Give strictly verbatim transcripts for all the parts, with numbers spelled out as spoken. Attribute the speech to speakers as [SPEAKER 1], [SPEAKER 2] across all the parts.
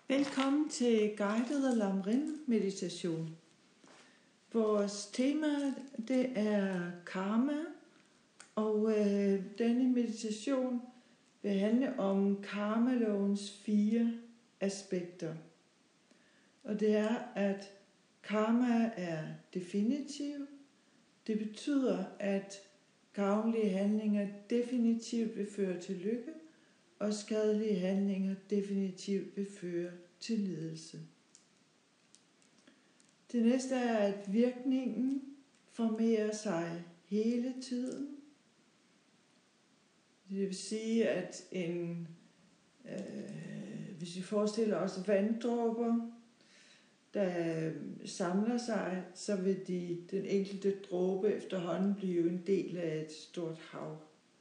[SPEAKER 1] Velkommen til guided Lam-Rim meditation. Vores tema det er karma, og øh, denne meditation vil handle om karmalovens fire aspekter. Og det er, at karma er definitiv. Det betyder, at gavnlige handlinger definitivt vil føre til lykke, og skadelige handlinger definitivt vil føre til lidelse. Det næste er, at virkningen formerer sig hele tiden. Det vil sige, at en, øh, hvis vi forestiller os vanddråber, der samler sig, så vil de, den enkelte dråbe efterhånden blive en del af et stort hav.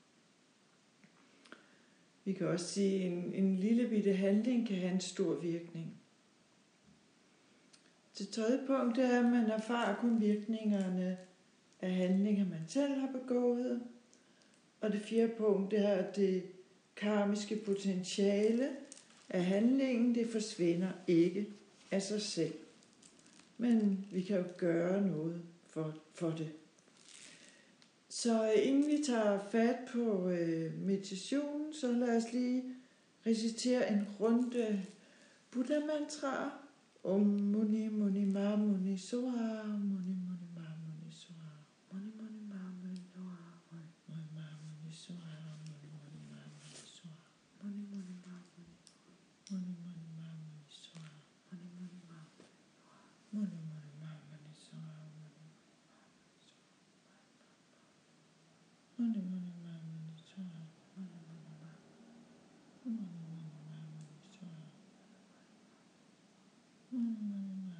[SPEAKER 1] Vi kan også sige, at en, en lille bitte handling kan have en stor virkning. Det tredje punkt er, at man erfarer kun virkningerne af handlinger, man selv har begået. Og det fjerde punkt er, at det karmiske potentiale af handlingen, det forsvinder ikke af sig selv. Men vi kan jo gøre noget for, for det. Så inden vi tager fat på øh, meditationen, så lad os lige recitere en runde Buddha-mantra. Om muni muni ma muni soha, muni muni ma muni soha, muni muni ma muni soha, muni ma muni soha, muni muni ma muni soha, muni muni ma muni, muni muni ma muni soha, muni muni ma muni, muni muni ma muni soha, muni muni ma muni soha, muni muni ma, muni muni ma muni soha, muni muni.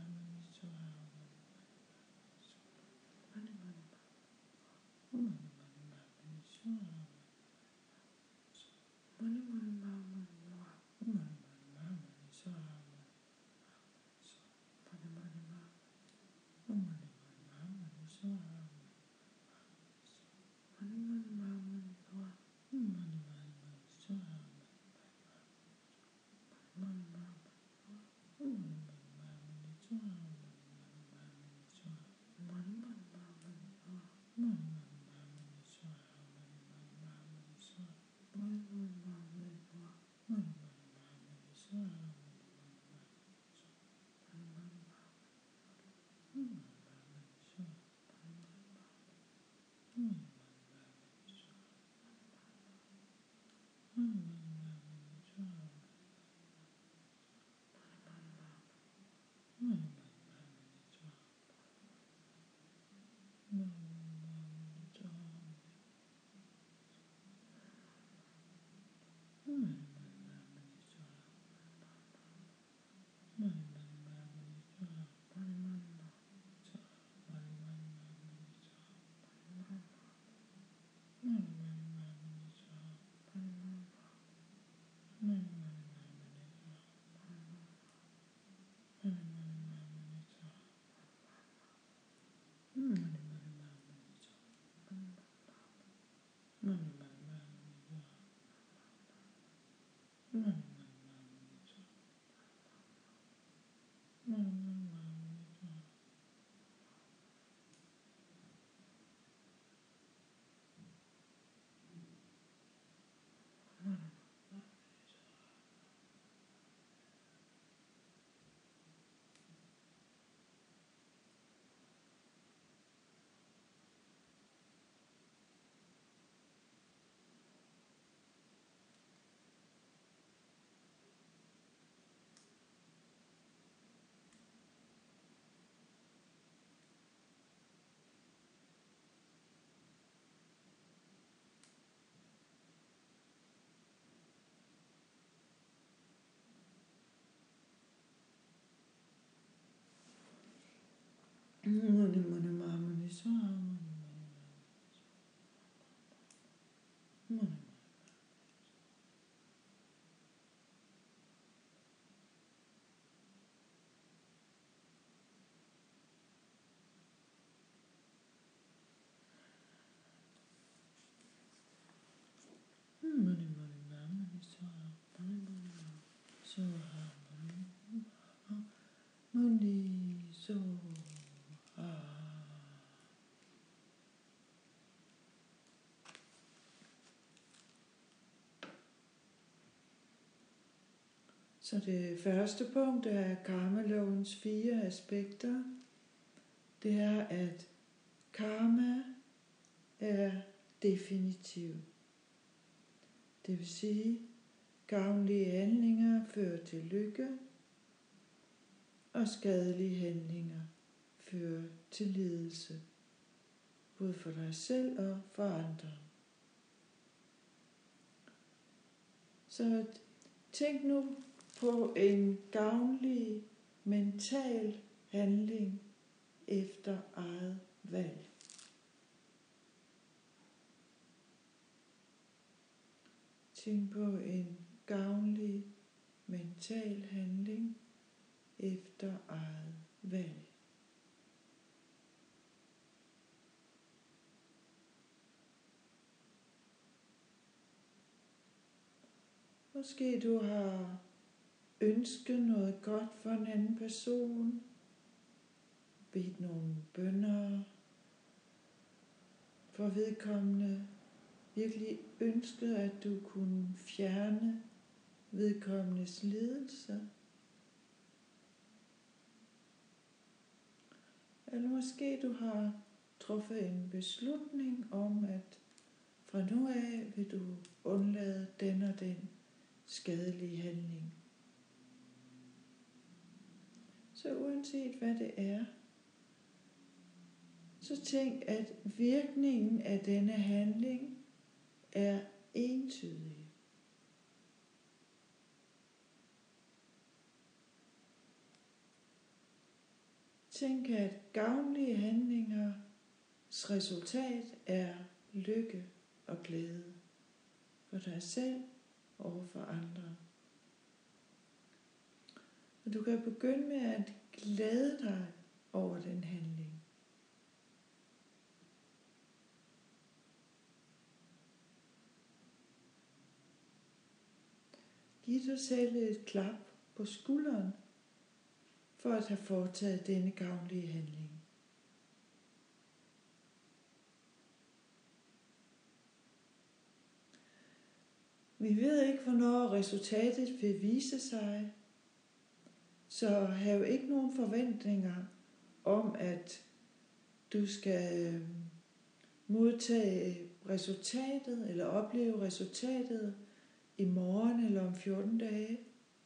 [SPEAKER 1] Muni muni ma muni soha, muni muni ma muni. Muni muni ma muni soha, muni muni ma soha, muni. Muni so. Så det første punkt af karmalovens fire aspekter, det er, at karma er definitiv. Det vil sige, gavnlige handlinger fører til lykke, og skadelige handlinger fører til lidelse, både for dig selv og for andre. Så tænk nu på en gavnlig mental handling efter eget valg. Tænk på en gavnlig mental handling efter eget valg. Måske du har ønsket noget godt for en anden person, bedt nogle bønner for vedkommende, virkelig ønsket, at du kunne fjerne vedkommendes lidelse. Eller måske du har truffet en beslutning om, at fra nu af vil du undlade den og den skadelige handling. Så uanset hvad det er, så tænk, at virkningen af denne handling er entydig. Tænk, at gavnlige handlingers resultat er lykke og glæde for dig selv og for andre. Og du kan begynde med at glæde dig over den handling. Giv dig selv et klap på skulderen for at have foretaget denne gavnlige handling. Vi ved ikke, hvornår resultatet vil vise sig, så hav ikke nogen forventninger om, at du skal modtage resultatet eller opleve resultatet i morgen eller om fjorten dage.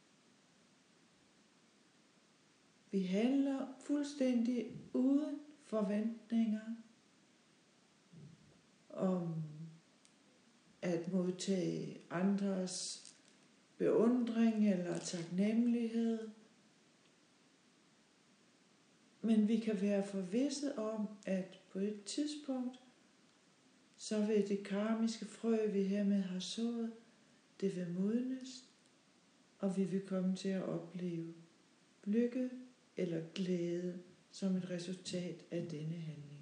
[SPEAKER 1] Vi handler fuldstændig uden forventninger om at modtage andres beundring eller taknemmelighed. Men vi kan være forvisset om, at på et tidspunkt, så vil det karmiske frø, vi hermed har sået, det vil modnes, og vi vil komme til at opleve lykke eller glæde som et resultat af denne handling.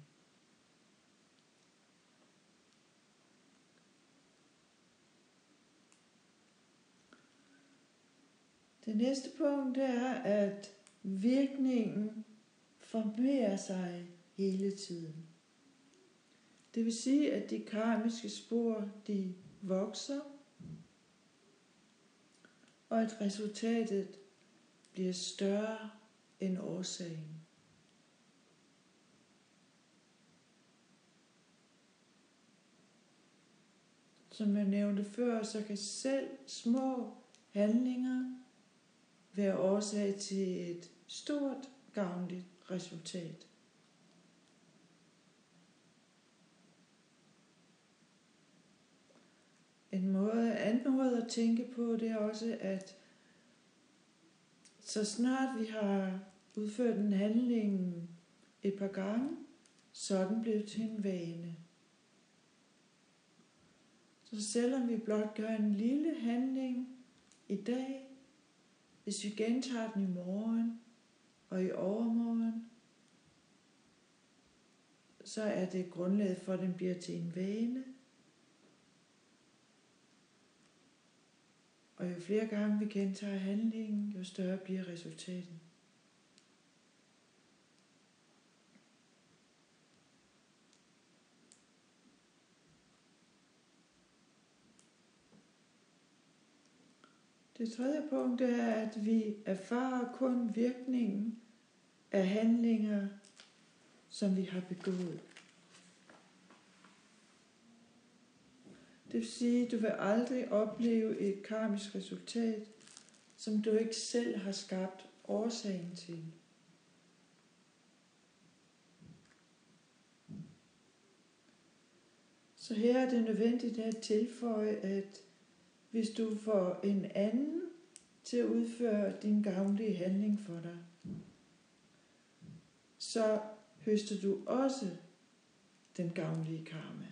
[SPEAKER 1] Det næste punkt er, at virkningen formerer sig hele tiden. Det vil sige, at de karmiske spor, de vokser, og at resultatet bliver større end årsagen. Som jeg nævnte før, så kan selv små handlinger være årsag til et stort gavnligt resultat. En måde, anden måde at tænke på, det er også, at så snart vi har udført en handling et par gange, så er den blevet til en vane. Så selvom vi blot gør en lille handling i dag, hvis vi gentager den i morgen og i overmorgen, så er det grundlaget for, at den bliver til en vane. Og jo flere gange vi gentager handlingen, jo større bliver resultatet. Det tredje punkt er, at vi erfarer kun virkningen af handlinger, som vi har begået. Det vil sige, at du vil aldrig opleve et karmisk resultat, som du ikke selv har skabt årsagen til. Så her er det nødvendigt at tilføje, at hvis du får en anden til at udføre din gavnlige handling for dig, så høster du også den gavnlige karma.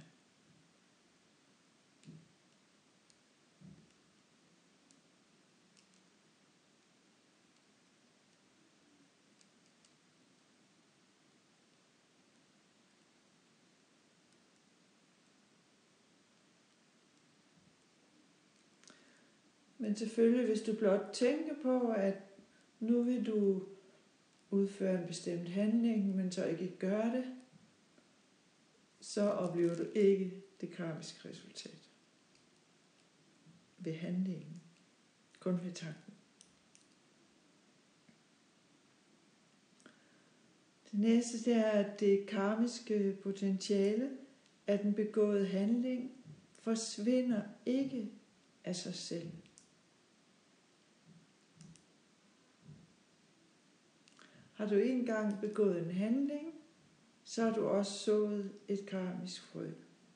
[SPEAKER 1] Men selvfølgelig, hvis du blot tænker på, at nu vil du udføre en bestemt handling, men så ikke gør det, så oplever du ikke det karmiske resultat ved handlingen, kun ved tanken. Det næste det er, at det karmiske potentiale af den begåede handling forsvinder ikke af sig selv. Har du engang begået en handling, så har du også sået et karmisk frø.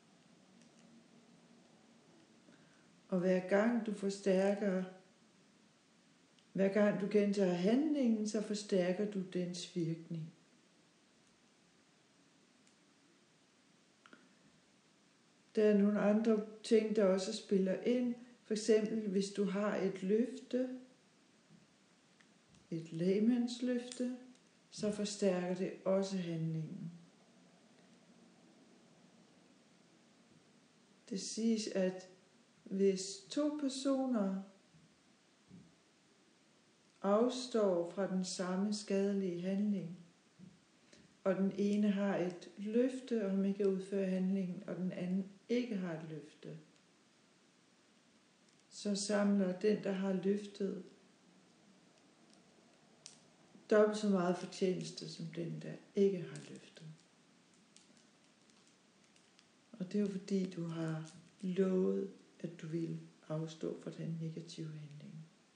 [SPEAKER 1] Og hver gang du forstærker, hver gang du gentager handlingen, så forstærker du dens virkning. Der er nogle andre ting, der også spiller ind. For eksempel, hvis du har et løfte, et lægmandsløfte, så forstærker det også handlingen. Det siges, at hvis to personer afstår fra den samme skadelige handling, og den ene har et løfte om ikke at udføre handlingen, og den anden ikke har et løfte, så samler den, der har løftet, dobbelt så meget fortjeneste som den, der ikke har løftet. Og det er jo fordi, du har lovet, at du vil afstå fra den negative handling.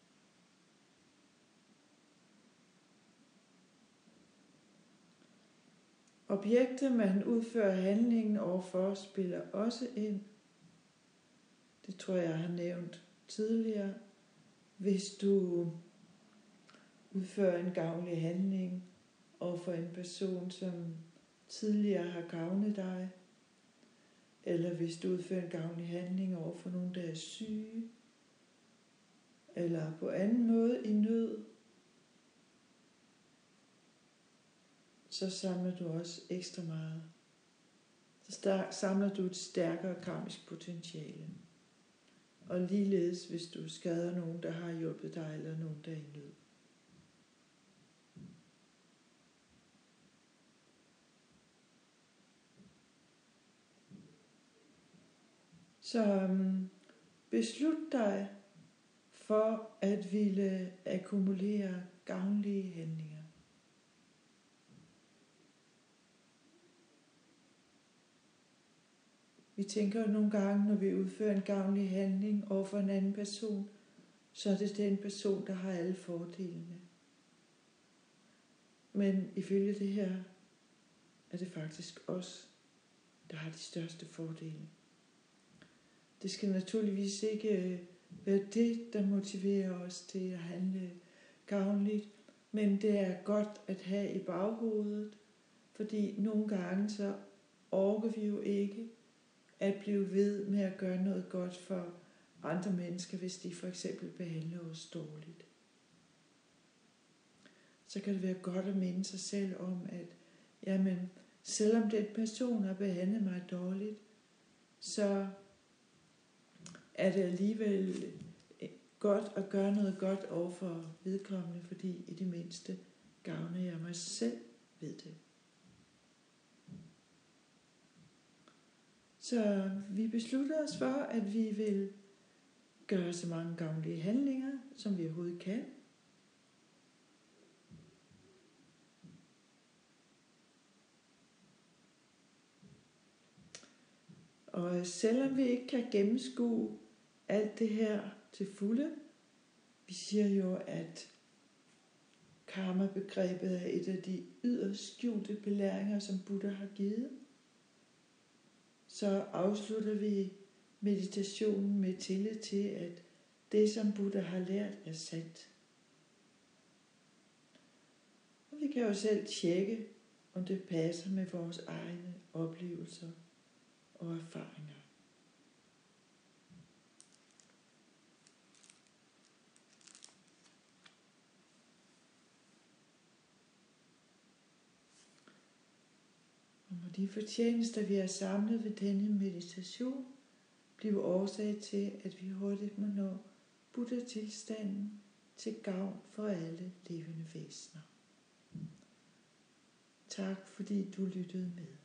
[SPEAKER 1] Objektet, man udfører handlingen overfor, spiller også ind. Det tror jeg, jeg har nævnt tidligere. Hvis du udfører en gavnlig handling overfor en person, som tidligere har gavnet dig, eller hvis du udfører en gavnlig handling overfor nogen, der er syge, eller på anden måde i nød, så samler du også ekstra meget. Så samler du et stærkere karmisk potentiale. Og ligeledes, hvis du skader nogen, der har hjulpet dig, eller nogen, der er i nød. Så um, beslut dig for at ville akkumulere gavnlige handlinger. Vi tænker jo nogle gange, når vi udfører en gavnlig handling over for en anden person, så er det den person, der har alle fordelene. Men ifølge det her, er det faktisk os, der har de største fordele. Det skal naturligvis ikke være det, der motiverer os til at handle gavnligt, men det er godt at have i baghovedet, fordi nogle gange så orker vi jo ikke at blive ved med at gøre noget godt for andre mennesker, hvis de for eksempel behandler os dårligt. Så kan det være godt at minde sig selv om, at jamen, selvom den person har behandlet mig dårligt, så er det alligevel godt at gøre noget godt over for vedkommende, fordi i det mindste gavner jeg mig selv ved det. Så vi beslutter os for, at vi vil gøre så mange gavnlige handlinger, som vi overhovedet kan. Og selvom vi ikke kan gennemskue alt det her til fulde, vi siger jo, at karma-begrebet er et af de yderst skjulte belæringer, som Buddha har givet, så afslutter vi meditationen med tillid til, at det, som Buddha har lært, er sandt. Og vi kan jo selv tjekke, om det passer med vores egne oplevelser og erfaringer. Og må de fortjenester, vi har samlet ved denne meditation, blive årsag til, at vi hurtigt må nå Buddha-tilstanden til gavn for alle levende væsener. Tak fordi du lyttede med.